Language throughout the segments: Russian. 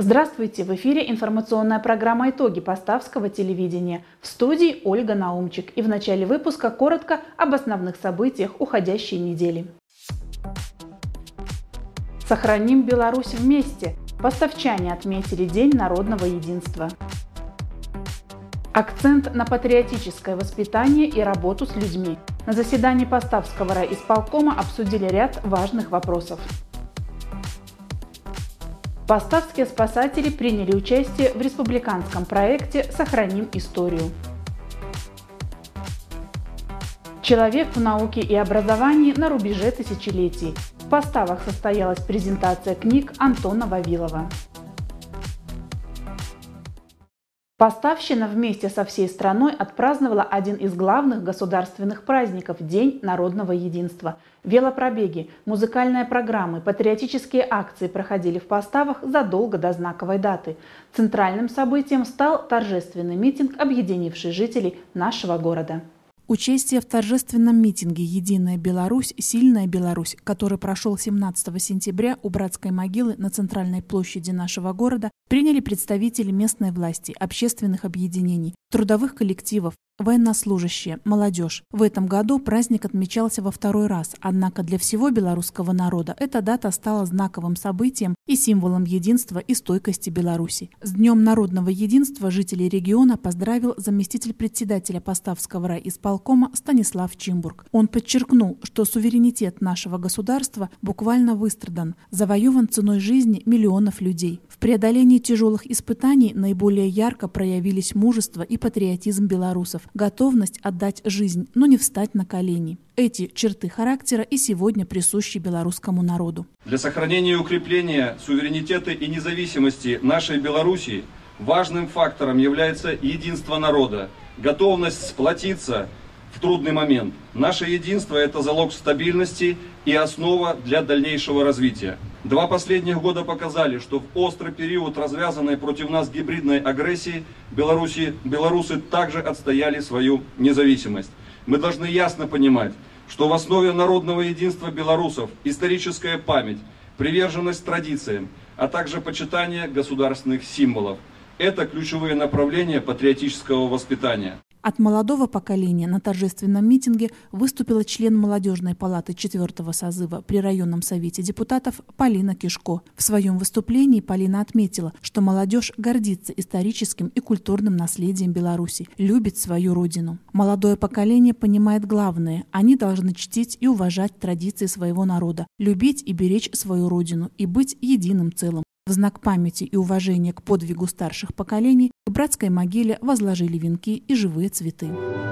Здравствуйте! В эфире информационная программа «Итоги Поставского телевидения». В студии Ольга Наумчик. И в начале выпуска коротко об основных событиях уходящей недели. Сохраним Беларусь вместе. Поставчане отметили День народного единства. Акцент на патриотическое воспитание и работу с людьми. На заседании Поставского райисполкома обсудили ряд важных вопросов. Поставские спасатели приняли участие в республиканском проекте «Сохраним историю». Человек в науке и образовании на рубеже тысячелетий. В Поставах состоялась презентация книг Антона Вавилова. Поставщина вместе со всей страной отпраздновала один из главных государственных праздников – День народного единства. Велопробеги, музыкальные программы, патриотические акции проходили в Поставах задолго до знаковой даты. Центральным событием стал торжественный митинг, объединивший жителей нашего города. Участие в торжественном митинге «Единая Беларусь. Сильная Беларусь», который прошел 17 сентября у Братской могилы на центральной площади нашего города, приняли представители местной власти, общественных объединений, трудовых коллективов, военнослужащие, молодежь. В этом году праздник отмечался во второй раз, однако для всего белорусского народа эта дата стала знаковым событием и символом единства и стойкости Беларуси. С Днем народного единства жителей региона поздравил заместитель председателя Поставского райисполкома Станислав Чимбург. Он подчеркнул, что суверенитет нашего государства буквально выстрадан, завоеван ценой жизни миллионов людей. В преодолении тяжелых испытаний наиболее ярко проявились мужество и патриотизм белорусов, готовность отдать жизнь, но не встать на колени. Эти черты характера и сегодня присущи белорусскому народу. Для сохранения и укрепления суверенитета и независимости нашей Белоруссии важным фактором является единство народа, готовность сплотиться в трудный момент. Наше единство – это залог стабильности и основа для дальнейшего развития. 2 последних года показали, что в острый период развязанной против нас гибридной агрессии белорусы также отстояли свою независимость. Мы должны ясно понимать, что в основе народного единства белорусов историческая память, приверженность традициям, а также почитание государственных символов. Это ключевые направления патриотического воспитания. От молодого поколения на торжественном митинге выступила член молодежной палаты 4-го созыва при районном совете депутатов Полина Кишко. В своем выступлении Полина отметила, что молодежь гордится историческим и культурным наследием Беларуси, любит свою родину. Молодое поколение понимает главное – они должны чтить и уважать традиции своего народа, любить и беречь свою родину и быть единым целым. В знак памяти и уважения к подвигу старших поколений к Братской могиле возложили венки и живые цветы.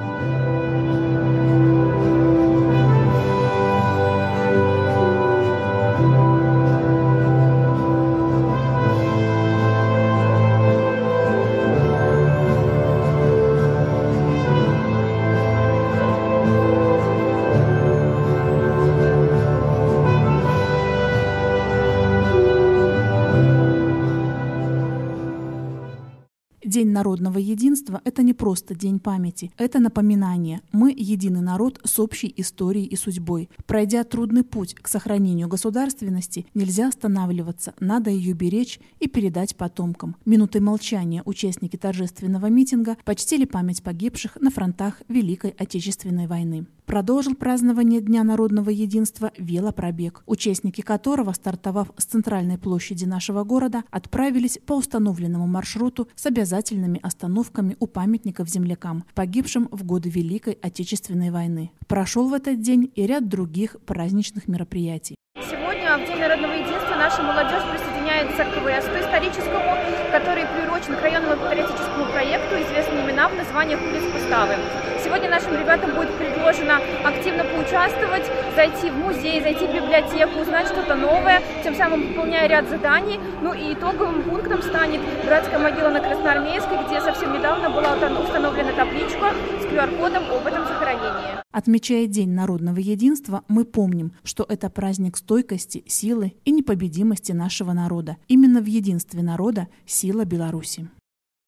День народного единства – это не просто день памяти, это напоминание. Мы – единый народ с общей историей и судьбой. Пройдя трудный путь к сохранению государственности, нельзя останавливаться, надо ее беречь и передать потомкам. Минутой молчания участники торжественного митинга почтили память погибших на фронтах Великой Отечественной войны. Продолжил празднование Дня народного единства велопробег, участники которого, стартовав с центральной площади нашего города, отправились по установленному маршруту с обязательными остановками у памятников землякам, погибшим в годы Великой Отечественной войны. Прошел в этот день и ряд других праздничных мероприятий. Сегодня, в День народного единства, наша молодежь присоединяется к КВС историческому, который приурочен к районному патриотическому проекту, известный имена в названиях улиц Поставы. Сегодня нашим ребятам будет предложено активно поучаствовать, зайти в музей, зайти в библиотеку, узнать что-то новое, тем самым выполняя ряд заданий. Ну и итоговым пунктом станет Братская могила на Красноармейской, где совсем недавно была установлена табличка с QR-кодом об этом захоронении. Отмечая День народного единства, мы помним, что это праздник стойкости, силы и непобедимости нашего народа. Именно в единстве народа сила Беларуси.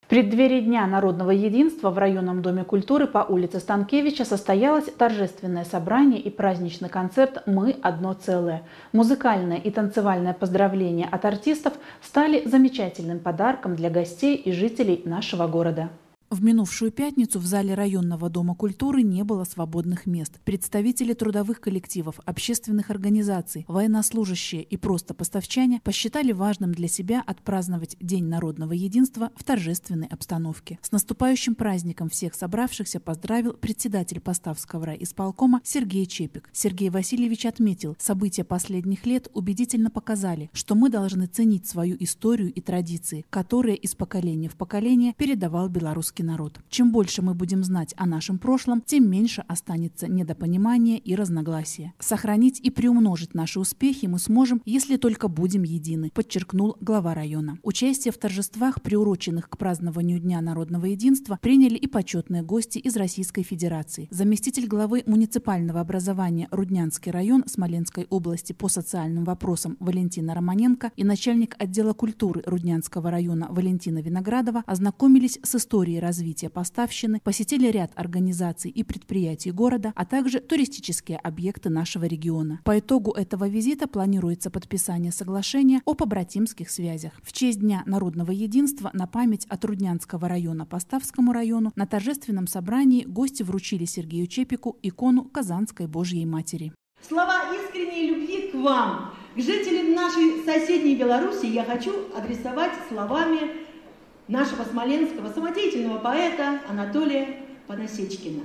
В преддверии Дня народного единства в районном доме культуры по улице Станкевича состоялось торжественное собрание и праздничный концерт «Мы – одно целое». Музыкальное и танцевальное поздравление от артистов стали замечательным подарком для гостей и жителей нашего города. В минувшую пятницу в зале районного дома культуры не было свободных мест. Представители трудовых коллективов, общественных организаций, военнослужащие и просто поставчане посчитали важным для себя отпраздновать День народного единства в торжественной обстановке. С наступающим праздником всех собравшихся поздравил председатель Поставского райисполкома Сергей Чепик. Сергей Васильевич отметил, события последних лет убедительно показали, что мы должны ценить свою историю и традиции, которые из поколения в поколение передавал белорусский народ. Чем больше мы будем знать о нашем прошлом, тем меньше останется недопонимания и разногласия. Сохранить и приумножить наши успехи мы сможем, если только будем едины, подчеркнул глава района. Участие в торжествах, приуроченных к празднованию Дня народного единства, приняли и почетные гости из Российской Федерации. Заместитель главы муниципального образования Руднянский район Смоленской области по социальным вопросам Валентина Романенко и начальник отдела культуры Руднянского района Валентина Виноградова ознакомились с историей развития Поставщины, посетили ряд организаций и предприятий города, а также туристические объекты нашего региона. По итогу этого визита планируется подписание соглашения о побратимских связях. В честь Дня народного единства на память от Руднянского района Поставскому району на торжественном собрании гости вручили Сергею Чепику икону Казанской Божьей Матери. Слова искренней любви к вам, к жителям нашей соседней Беларуси, я хочу адресовать словами нашего смоленского самодеятельного поэта Анатолия Панасечкина.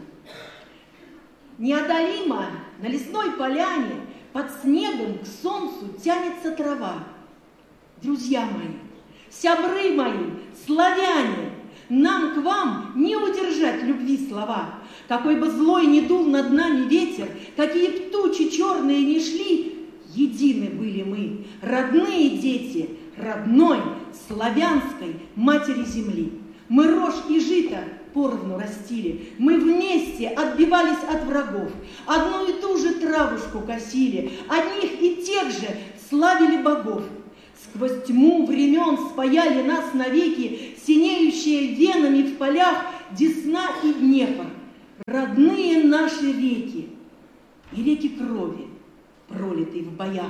Неодолимо на лесной поляне под снегом к солнцу тянется трава. Друзья мои, сябры мои, славяне, нам к вам не удержать любви слова. Какой бы злой ни дул над нами ветер, какие б тучи черные ни шли, едины были мы, родные дети родной славянской матери земли. Мы рожь и жито поровну растили, мы вместе отбивались от врагов, одну и ту же травушку косили, одних и тех же славили богов. Сквозь тьму времен спаяли нас навеки синеющие венами в полях Десна и Днепр, родные наши реки и реки крови, пролитые в боях.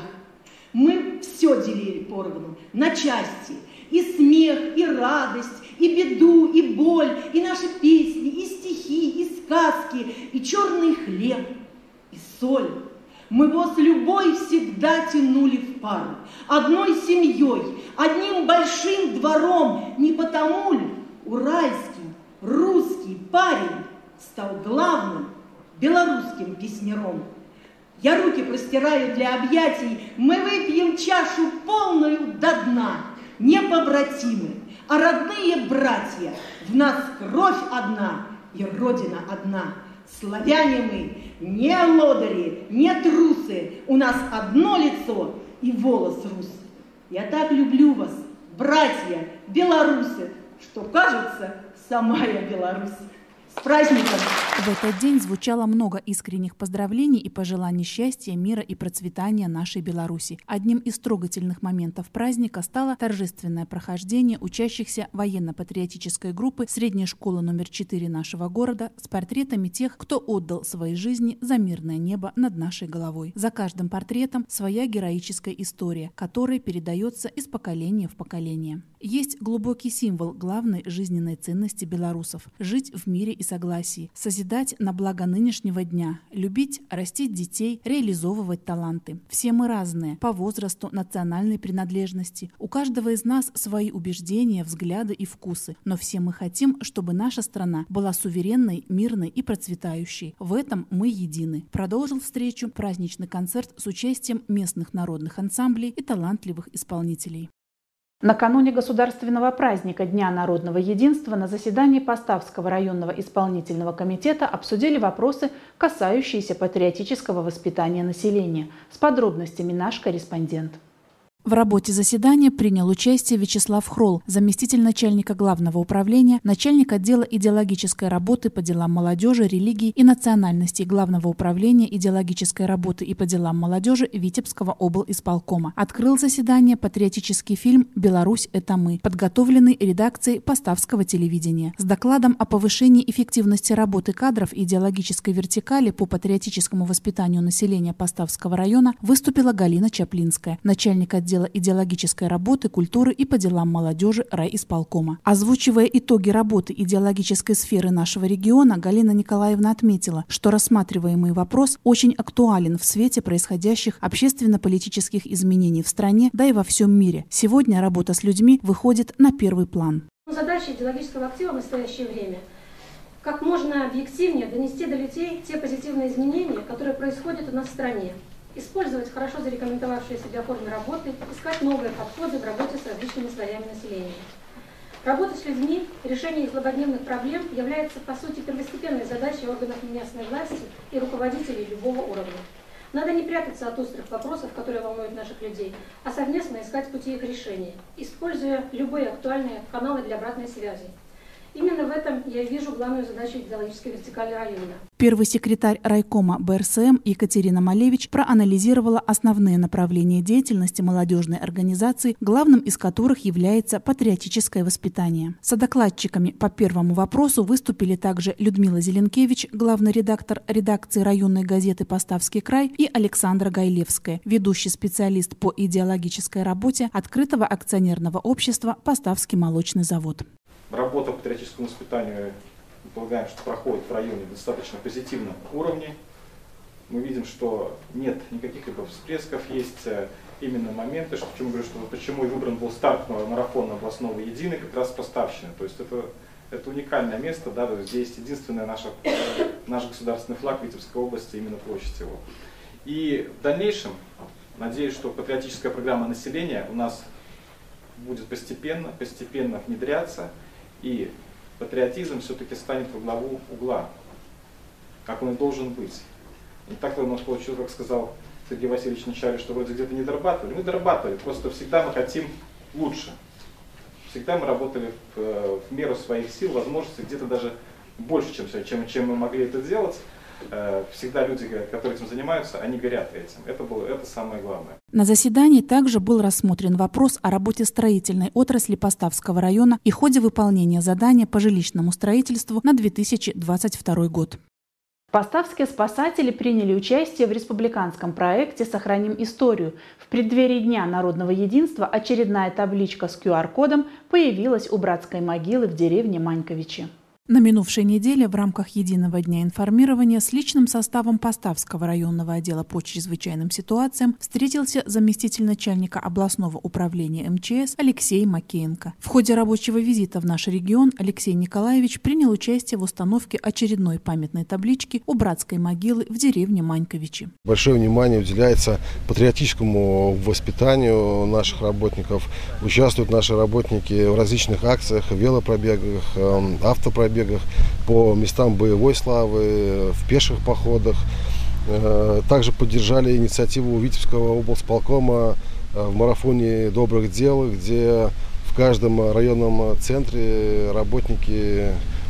Мы все делили поровну, на части, и смех, и радость, и беду, и боль, и наши песни, и стихи, и сказки, и черный хлеб, и соль. Мы его с любой всегда тянули в пару, одной семьей, одним большим двором, не потому ли уральский, русский парень стал главным белорусским песняром. Я руки простираю для объятий, мы выпьем чашу полную до дна. Не побратимы, а родные братья, в нас кровь одна и родина одна. Славяне мы, не лодыри, не трусы, у нас одно лицо и волос рус. Я так люблю вас, братья, белорусы, что, кажется, сама я Беларусь. С праздником! В этот день звучало много искренних поздравлений и пожеланий счастья, мира и процветания нашей Беларуси. Одним из трогательных моментов праздника стало торжественное прохождение учащихся военно-патриотической группы средней школы номер 4 нашего города с портретами тех, кто отдал свои жизни за мирное небо над нашей головой. За каждым портретом своя героическая история, которая передается из поколения в поколение. Есть глубокий символ главной жизненной ценности белорусов – жить в мире и согласии, созидать на благо нынешнего дня, любить, растить детей, реализовывать таланты. Все мы разные по возрасту, национальной принадлежности. У каждого из нас свои убеждения, взгляды и вкусы, но все мы хотим, чтобы наша страна была суверенной, мирной и процветающей. В этом мы едины. Продолжил встречу праздничный концерт с участием местных народных ансамблей и талантливых исполнителей. Накануне государственного праздника Дня народного единства на заседании Поставского районного исполнительного комитета обсудили вопросы, касающиеся патриотического воспитания населения. С подробностями наш корреспондент. В работе заседания принял участие Вячеслав Хрол, заместитель начальника главного управления, начальник отдела идеологической работы по делам молодежи, религии и национальностей Главного управления идеологической работы и по делам молодежи Витебского облисполкома. Открыл заседание патриотический фильм «Беларусь – это мы», подготовленный редакцией Поставского телевидения. С докладом о повышении эффективности работы кадров идеологической вертикали по патриотическому воспитанию населения Поставского района выступила Галина Чаплинская, начальник отдела идеологической работы, культуры и по делам молодежи райисполкома. Озвучивая итоги работы идеологической сферы нашего региона, Галина Николаевна отметила, что рассматриваемый вопрос очень актуален в свете происходящих общественно-политических изменений в стране, да и во всем мире. Сегодня работа с людьми выходит на первый план. Задача идеологического актива в настоящее время – как можно объективнее донести до людей те позитивные изменения, которые происходят у нас в стране. Использовать хорошо зарекомендовавшие себя формы работы, искать новые подходы в работе с различными слоями населения. Работа с людьми, решение их злободневных проблем является, по сути, первостепенной задачей органов местной власти и руководителей любого уровня. Надо не прятаться от острых вопросов, которые волнуют наших людей, а совместно искать пути их решения, используя любые актуальные каналы для обратной связи. Именно в этом я вижу главную задачу идеологической вертикали района. Первый секретарь райкома БРСМ Екатерина Малевич проанализировала основные направления деятельности молодежной организации, главным из которых является патриотическое воспитание. Содокладчиками по первому вопросу выступили также Людмила Зеленкевич, главный редактор редакции районной газеты «Поставский край», и Александра Гайлевская, ведущий специалист по идеологической работе открытого акционерного общества «Поставский молочный завод». Работа по патриотическому воспитанию, мы полагаем, что проходит в районе достаточно позитивном уровне. Мы видим, что нет никаких либо всплесков, есть именно моменты, почему и выбран был старт марафона областного единый, как раз Поставщины. То есть это уникальное место, да, здесь единственный наш государственный флаг Витебской области, именно площадь его. И в дальнейшем, надеюсь, что патриотическая программа населения у нас будет постепенно внедряться, и патриотизм все-таки станет во главу угла, как он и должен быть. Не так у нас получилось, как сказал Сергей Васильевич вначале, что вроде где-то не дорабатывали. Мы дорабатывали, просто всегда мы хотим лучше. Всегда мы работали в меру своих сил, возможностей, где-то даже больше, чем мы могли это делать. Всегда люди, которые этим занимаются, они горят этим. Это самое главное. На заседании также был рассмотрен вопрос о работе строительной отрасли Поставского района и ходе выполнения задания по жилищному строительству на 2022 год. Поставские спасатели приняли участие в республиканском проекте «Сохраним историю». В преддверии Дня народного единства очередная табличка с QR-кодом появилась у братской могилы в деревне Маньковичи. На минувшей неделе в рамках единого дня информирования с личным составом Поставского районного отдела по чрезвычайным ситуациям встретился заместитель начальника областного управления МЧС Алексей Макеенко. В ходе рабочего визита в наш регион Алексей Николаевич принял участие в установке очередной памятной таблички у братской могилы в деревне Маньковичи. Большое внимание уделяется патриотическому воспитанию наших работников. Участвуют наши работники в различных акциях, велопробегах, автопробегах, по местам боевой славы, в пеших походах. Также поддержали инициативу Витебского облсполкома в марафоне добрых дел, где в каждом районном центре работники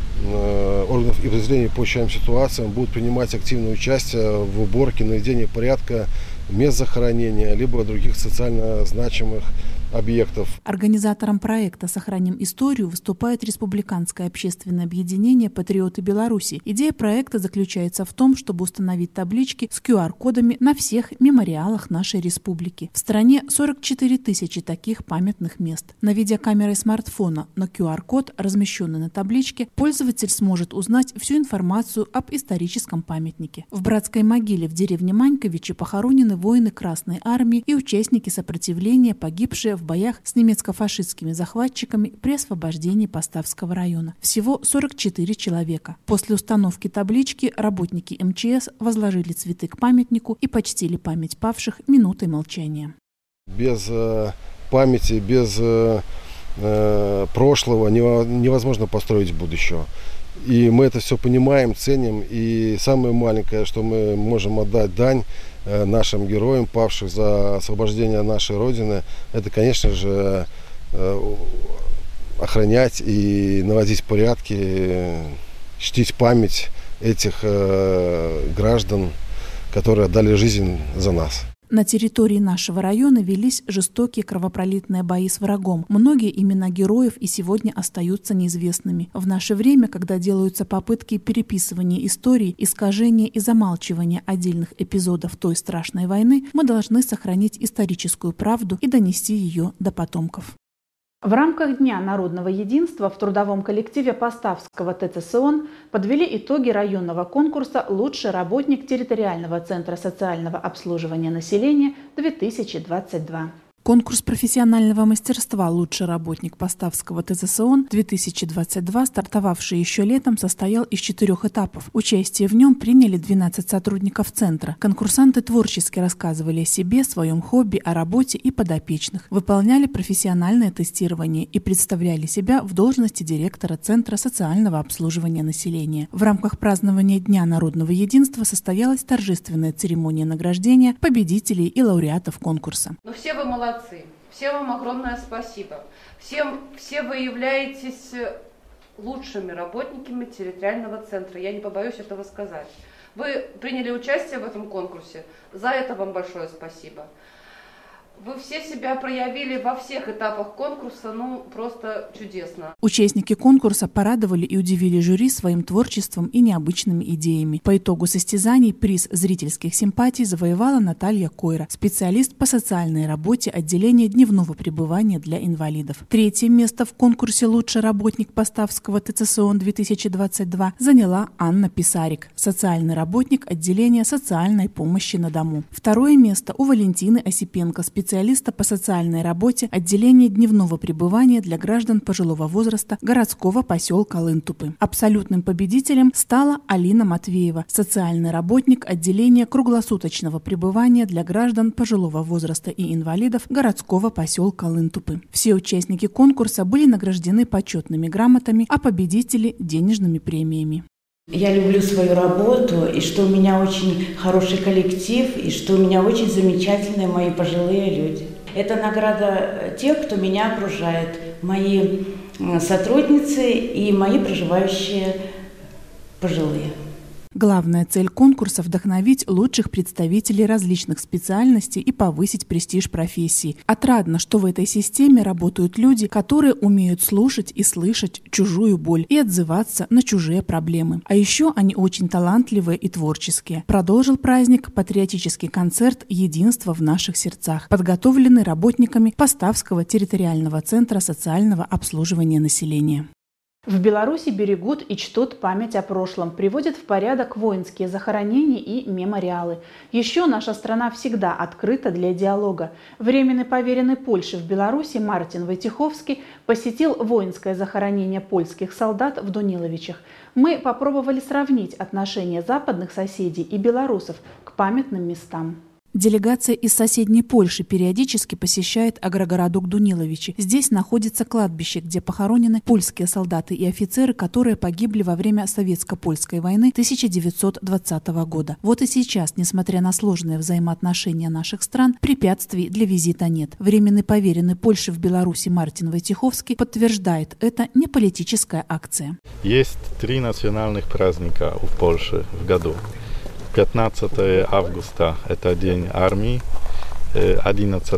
органов и подразделений по чрезвычайным ситуациям будут принимать активное участие в уборке, наведении порядка мест захоронения, либо других социально значимых объектов. Организатором проекта «Сохраним историю» выступает Республиканское общественное объединение «Патриоты Беларуси». Идея проекта заключается в том, чтобы установить таблички с QR-кодами на всех мемориалах нашей республики. В стране 44 тысячи таких памятных мест. Наведя камерой смартфона на QR-код, размещенный на табличке, пользователь сможет узнать всю информацию об историческом памятнике. В братской могиле в деревне Маньковичи похоронены воины Красной Армии и участники сопротивления, погибшие в боях с немецко-фашистскими захватчиками при освобождении Поставского района. Всего 44 человека. После установки таблички работники МЧС возложили цветы к памятнику и почтили память павших минутой молчания. Без памяти, без прошлого невозможно построить будущего. И мы это все понимаем, ценим. И самое маленькое, что мы можем отдать дань нашим героям, павших за освобождение нашей Родины, это, конечно же, охранять и наводить порядки, чтить память этих граждан, которые отдали жизнь за нас. На территории нашего района велись жестокие кровопролитные бои с врагом. Многие имена героев и сегодня остаются неизвестными. В наше время, когда делаются попытки переписывания истории, искажения и замалчивания отдельных эпизодов той страшной войны, мы должны сохранить историческую правду и донести ее до потомков. В рамках Дня народного единства в трудовом коллективе Поставского ТЦ ООН подвели итоги районного конкурса «Лучший работник территориального центра социального обслуживания населения-2022». Конкурс профессионального мастерства «Лучший работник Поставского ТЦ ООН-2022», стартовавший еще летом, состоял из 4 этапов. Участие в нем приняли 12 сотрудников центра. Конкурсанты творчески рассказывали о себе, своем хобби, о работе и подопечных, выполняли профессиональное тестирование и представляли себя в должности директора Центра социального обслуживания населения. В рамках празднования Дня народного единства состоялась торжественная церемония награждения победителей и лауреатов конкурса. Но все вы молодцы. Всем вам огромное спасибо. Все вы являетесь лучшими работниками территориального центра. Я не побоюсь этого сказать. Вы приняли участие в этом конкурсе. За это вам большое спасибо. Вы все себя проявили во всех этапах конкурса, просто чудесно. Участники конкурса порадовали и удивили жюри своим творчеством и необычными идеями. По итогу состязаний приз зрительских симпатий завоевала Наталья Койра, специалист по социальной работе отделения дневного пребывания для инвалидов. 3-е место в конкурсе «Лучший работник Поставского ТЦ ООН-2022» заняла Анна Писарик, социальный работник отделения социальной помощи на дому. 2-е место у Валентины Осипенко, специалиста по социальной работе отделения дневного пребывания для граждан пожилого возраста городского поселка Лынтупы. Абсолютным победителем стала Алина Матвеева, социальный работник отделения круглосуточного пребывания для граждан пожилого возраста и инвалидов городского поселка Лынтупы. Все участники конкурса были награждены почетными грамотами, а победители – денежными премиями. Я люблю свою работу, и что у меня очень хороший коллектив, и что у меня очень замечательные мои пожилые люди. Это награда тех, кто меня окружает, мои сотрудницы и мои проживающие пожилые. Главная цель конкурса – вдохновить лучших представителей различных специальностей и повысить престиж профессии. Отрадно, что в этой системе работают люди, которые умеют слушать и слышать чужую боль и отзываться на чужие проблемы. А еще они очень талантливые и творческие. Продолжил праздник патриотический концерт «Единство в наших сердцах», подготовленный работниками Поставского территориального центра социального обслуживания населения. В Беларуси берегут и чтут память о прошлом, приводят в порядок воинские захоронения и мемориалы. Еще наша страна всегда открыта для диалога. Временный поверенный Польши в Беларуси Мартин Войтиховский посетил воинское захоронение польских солдат в Дуниловичах. Мы попробовали сравнить отношение западных соседей и белорусов к памятным местам. Делегация из соседней Польши периодически посещает агрогородок Дуниловичи. Здесь находится кладбище, где похоронены польские солдаты и офицеры, которые погибли во время Советско-Польской войны 1920 года. Вот и сейчас, несмотря на сложные взаимоотношения наших стран, препятствий для визита нет. Временный поверенный Польши в Беларуси Мартин Войтиховский подтверждает, это не политическая акция. Есть 3 национальных праздника в Польше в году. 15 августа – это День армии, 11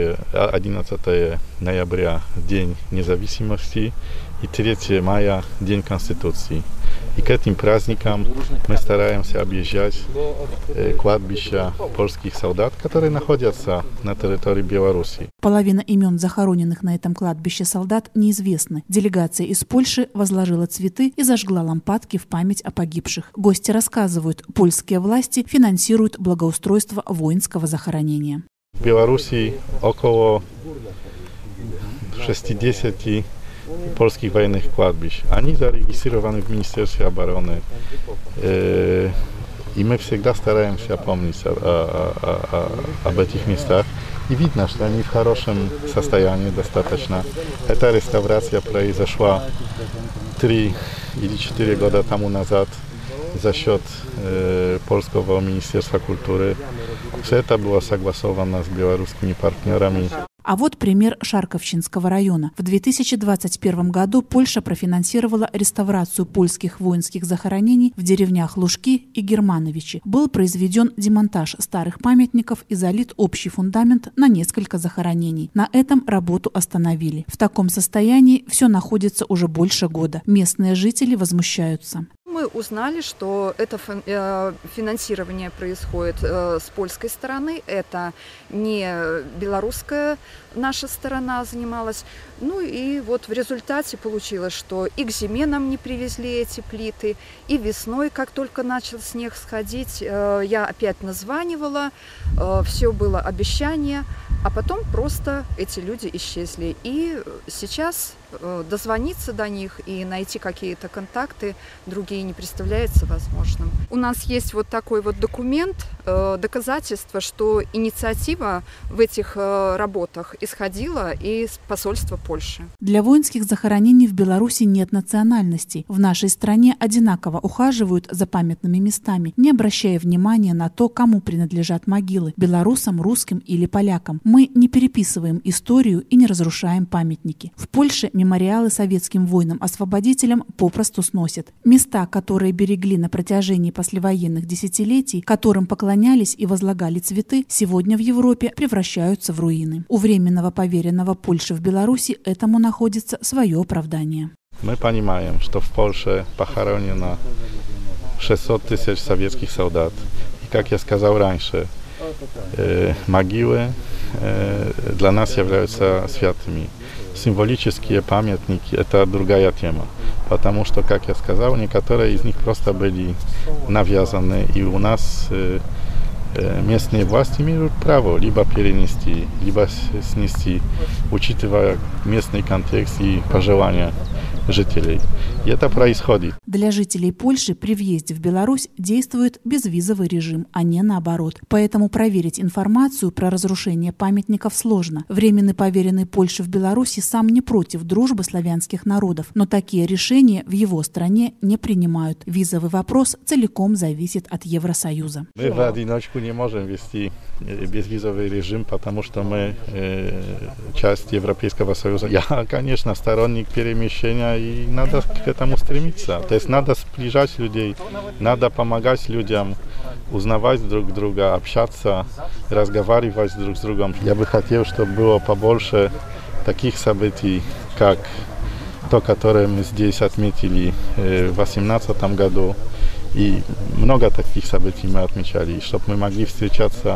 ноября – День независимости и 3 мая – День Конституции. И к этим праздникам мы стараемся объезжать кладбища польских солдат, которые находятся на территории Беларуси. Половина имен захороненных на этом кладбище солдат неизвестны. Делегация из Польши возложила цветы и зажгла лампадки в память о погибших. Гости рассказывают, польские власти финансируют благоустройство воинского захоронения. В Беларуси около 60 polskich wojennych kładbisk. Они зарегистрированы в Министерстве обороны. И мы всегда стараемся помнить об этих местах. И видно, что они в хорошем состоянии достаточно. Эта реставрация произошла 3 или 4 года тому назад за счет Польского Министерства культуры. Все это было согласовано с белорусскими партнерами. А вот пример Шарковщинского района. В 2021 году Польша профинансировала реставрацию польских воинских захоронений в деревнях Лужки и Германовичи. Был произведен демонтаж старых памятников и залит общий фундамент на несколько захоронений. На этом работу остановили. В таком состоянии все находится уже больше года. Местные жители возмущаются. Мы узнали, что это финансирование происходит с польской стороны, это не белорусская наша сторона занималась. Ну и вот в результате получилось, что и к зиме нам не привезли эти плиты, и весной, как только начал снег сходить, я опять названивала, все было обещание, а потом просто эти люди исчезли. И сейчас дозвониться до них и найти какие-то контакты другие не представляется возможным. У нас есть вот такой вот документ, доказательство, что инициатива в этих работах исходила из посольства Польши. Для воинских захоронений в Беларуси нет национальностей. В нашей стране одинаково ухаживают за памятными местами, не обращая внимания на то, кому принадлежат могилы – белорусам, русским или полякам. Мы не переписываем историю и не разрушаем памятники. В Польше мемориалы советским воинам-освободителям попросту сносят. Места, которые берегли на протяжении послевоенных десятилетий, которым поклонялись и возлагали цветы, сегодня в Европе превращаются в руины. У временного поверенного Польши в Беларуси этому находится свое оправдание. Мы понимаем, что в Польше похоронено 600 тысяч советских солдат. И, как я сказал раньше, могилы для нас являются святыми. Символические памятники – это другая тема, потому что, как я сказал, некоторые из них просто были навязаны, и у нас местные власти имеют право либо перенести, либо снести, учитывая местный контекст и пожелания жителей. И это происходит. Для жителей Польши при въезде в Беларусь действует безвизовый режим, а не наоборот. Поэтому проверить информацию про разрушение памятников сложно. Временный поверенный Польши в Беларуси сам не против дружбы славянских народов, но такие решения в его стране не принимают. Визовый вопрос целиком зависит от Евросоюза. Мы в одиночку не можем вести безвизовый режим, потому что мы часть Европейского Союза. Я, конечно, сторонник перемещения, и надо к этому стремиться. То есть надо сближать людей, надо помогать людям, узнавать друг друга, общаться, разговаривать друг с другом. Я бы хотел, чтобы было побольше таких событий, как то, которое мы здесь отметили в 2018 году. И много таких событий мы отмечали, чтобы мы могли встречаться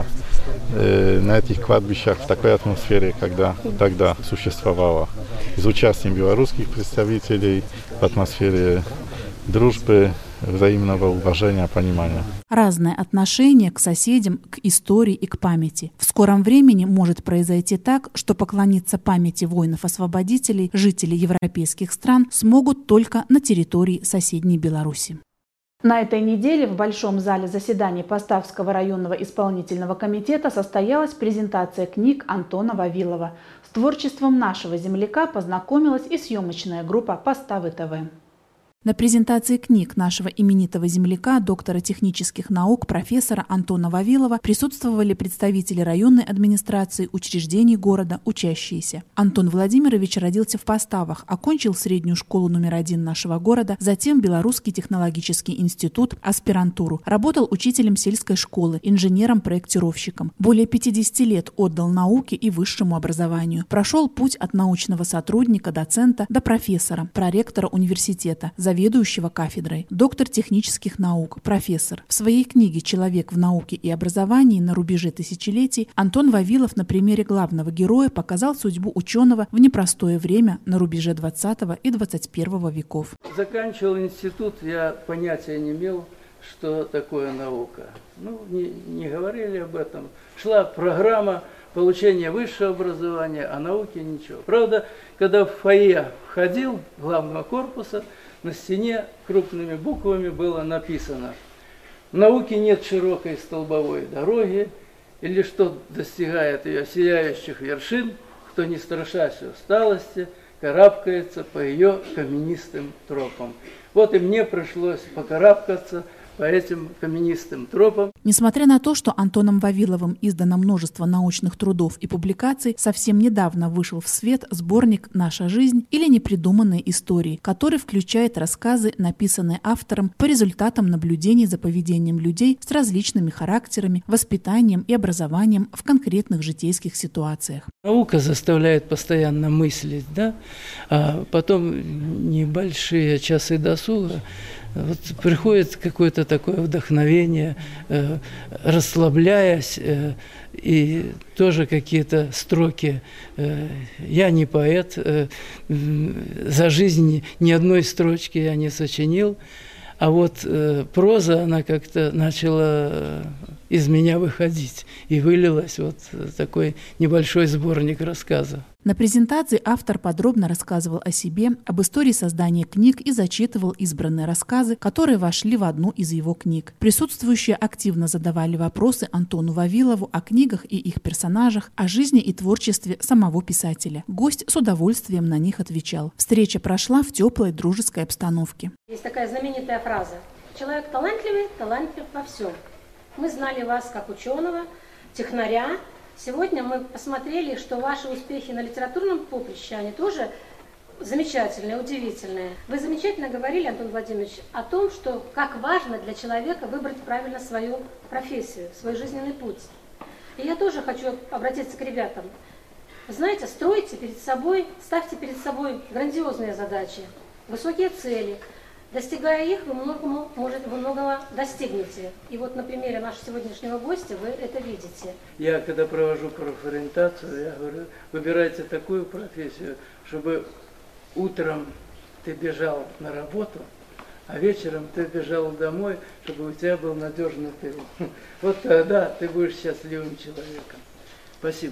на этих кладбищах в такой атмосфере, когда тогда существовало, с участием белорусских представителей, в атмосфере дружбы, взаимного уважения, понимания. Разное отношение к соседям, к истории и к памяти. В скором времени может произойти так, что поклониться памяти воинов-освободителей жители европейских стран смогут только на территории соседней Беларуси. На этой неделе в Большом зале заседаний Поставского районного исполнительного комитета состоялась презентация книг Антона Вавилова. С творчеством нашего земляка познакомилась и съемочная группа Поставы ТВ. На презентации книг нашего именитого земляка, доктора технических наук, профессора Антона Вавилова присутствовали представители районной администрации, учреждений города, учащиеся. Антон Владимирович родился в Поставах, окончил среднюю школу номер 1 нашего города, затем Белорусский технологический институт, аспирантуру. Работал учителем сельской школы, инженером-проектировщиком. Более 50 лет отдал науке и высшему образованию. Прошел путь от научного сотрудника, доцента до профессора, проректора университета, заведующего кафедрой, доктор технических наук, профессор. В своей книге «Человек в науке и образовании на рубеже тысячелетий» Антон Вавилов на примере главного героя показал судьбу ученого в непростое время на рубеже 20 и 21 веков. Заканчивал институт, я понятия не имел, что такое наука. Не говорили об этом. Шла программа получения высшего образования, а науки ничего. Правда, когда в фойе входил главного корпуса, на стене крупными буквами было написано: «В науке нет широкой столбовой дороги, или что достигает ее сияющих вершин, кто, не страшась усталости, карабкается по ее каменистым тропам. Вот и мне пришлось покарабкаться по этим каменистым тропам. Несмотря на то, что Антоном Вавиловым издано множество научных трудов и публикаций, совсем недавно вышел в свет сборник «Наша жизнь» или «Непридуманные истории», который включает рассказы, написанные автором по результатам наблюдений за поведением людей с различными характерами, воспитанием и образованием в конкретных житейских ситуациях. Наука заставляет постоянно мыслить, да? А потом небольшие часы досуга, вот приходит какое-то такое вдохновение, расслабляясь, и тоже какие-то строки. Я не поэт, за жизнь ни одной строчки я не сочинил, а вот проза, она как-то начала из меня выходить, и вылилась вот такой небольшой сборник рассказов. На презентации автор подробно рассказывал о себе, об истории создания книг и зачитывал избранные рассказы, которые вошли в одну из его книг. Присутствующие активно задавали вопросы Антону Вавилову о книгах и их персонажах, о жизни и творчестве самого писателя. Гость с удовольствием на них отвечал. Встреча прошла в теплой дружеской обстановке. Есть такая знаменитая фраза: «Человек талантлив во всем». Мы знали вас как ученого, технаря. Сегодня мы посмотрели, что ваши успехи на литературном поприще, они тоже замечательные, удивительные. Вы замечательно говорили, Антон Владимирович, о том, что как важно для человека выбрать правильно свою профессию, свой жизненный путь. И я тоже хочу обратиться к ребятам. Вы знаете, ставьте перед собой грандиозные задачи, высокие цели. Достигая их, вы многого достигнете. И вот на примере нашего сегодняшнего гостя вы это видите. Я, когда провожу профориентацию, я говорю, выбирайте такую профессию, чтобы утром ты бежал на работу, а вечером ты бежал домой, чтобы у тебя был надежный тыл. Вот тогда ты будешь счастливым человеком. Спасибо.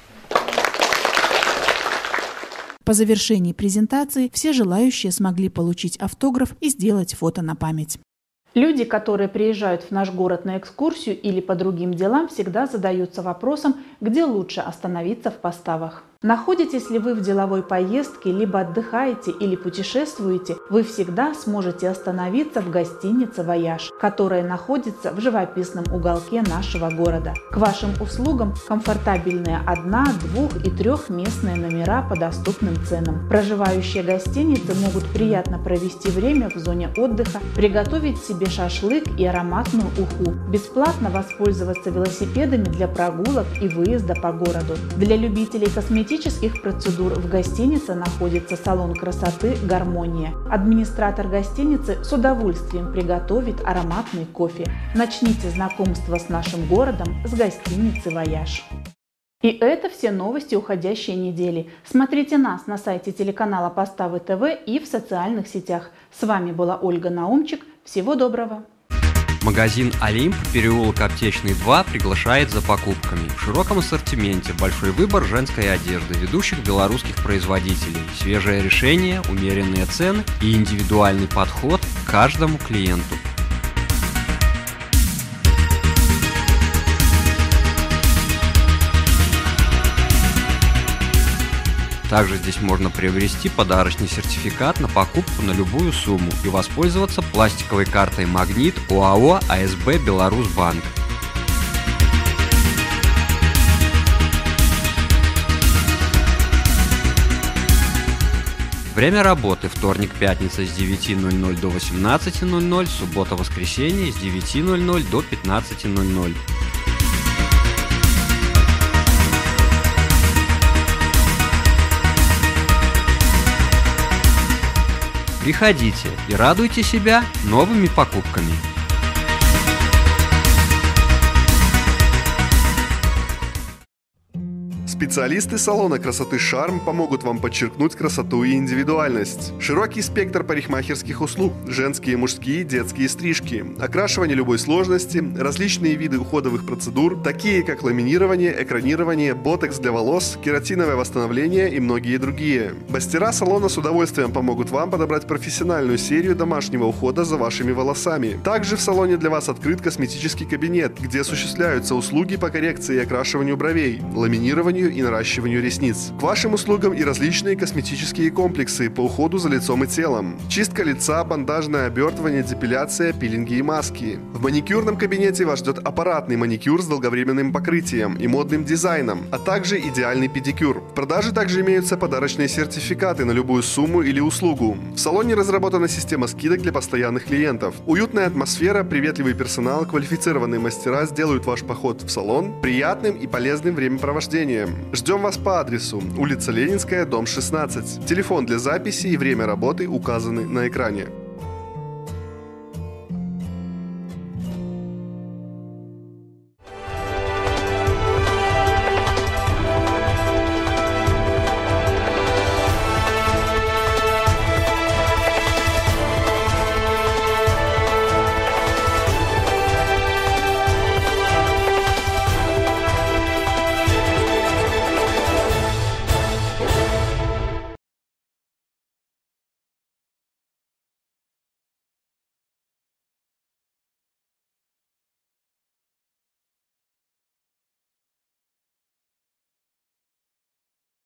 По завершении презентации все желающие смогли получить автограф и сделать фото на память. Люди, которые приезжают в наш город на экскурсию или по другим делам, всегда задаются вопросом, где лучше остановиться в Поставах. Находитесь ли вы в деловой поездке, либо отдыхаете или путешествуете, вы всегда сможете остановиться в гостинице «Вояж», которая находится в живописном уголке нашего города. К вашим услугам комфортабельные 1-, 2- и 3-местные номера по доступным ценам. Проживающие гостиницы могут приятно провести время в зоне отдыха, приготовить себе шашлык и ароматную уху, бесплатно воспользоваться велосипедами для прогулок и выезда по городу. Для любителей косметических процедур в гостинице находится салон красоты «Гармония». Администратор гостиницы с удовольствием приготовит ароматный кофе. Начните знакомство с нашим городом с гостиницы «Вояж». И это все новости уходящей недели. Смотрите нас на сайте телеканала Поставы ТВ и в социальных сетях. С вами была Ольга Наумчик. Всего доброго! Магазин «Олимп», переулок Аптечный, 2 приглашает за покупками. В широком ассортименте большой выбор женской одежды ведущих белорусских производителей, свежее решение, умеренные цены и индивидуальный подход к каждому клиенту. Также здесь можно приобрести подарочный сертификат на покупку на любую сумму и воспользоваться пластиковой картой «Магнит» ОАО АСБ «Беларусьбанк». Время работы: вторник-пятница с 9:00 до 18:00, суббота-воскресенье с 9:00 до 15:00. Приходите и радуйте себя новыми покупками. Специалисты салона красоты «Шарм» помогут вам подчеркнуть красоту и индивидуальность. Широкий спектр парикмахерских услуг, женские, мужские, детские стрижки, окрашивание любой сложности, различные виды уходовых процедур, такие как ламинирование, экранирование, ботокс для волос, кератиновое восстановление и многие другие. Мастера салона с удовольствием помогут вам подобрать профессиональную серию домашнего ухода за вашими волосами. Также в салоне для вас открыт косметический кабинет, где осуществляются услуги по коррекции и окрашиванию бровей, ламинированию и наращиванию ресниц. К вашим услугам и различные косметические комплексы по уходу за лицом и телом. Чистка лица, бандажное обертывание, депиляция, пилинги и маски. В маникюрном кабинете вас ждет аппаратный маникюр с долговременным покрытием и модным дизайном, а также идеальный педикюр. В продаже также имеются подарочные сертификаты на любую сумму или услугу. В салоне разработана система скидок для постоянных клиентов. Уютная атмосфера, приветливый персонал, квалифицированные мастера сделают ваш поход в салон приятным и полезным времяпровождением. Ждем вас по адресу: улица Ленинская, дом 16. Телефон для записи и время работы указаны на экране.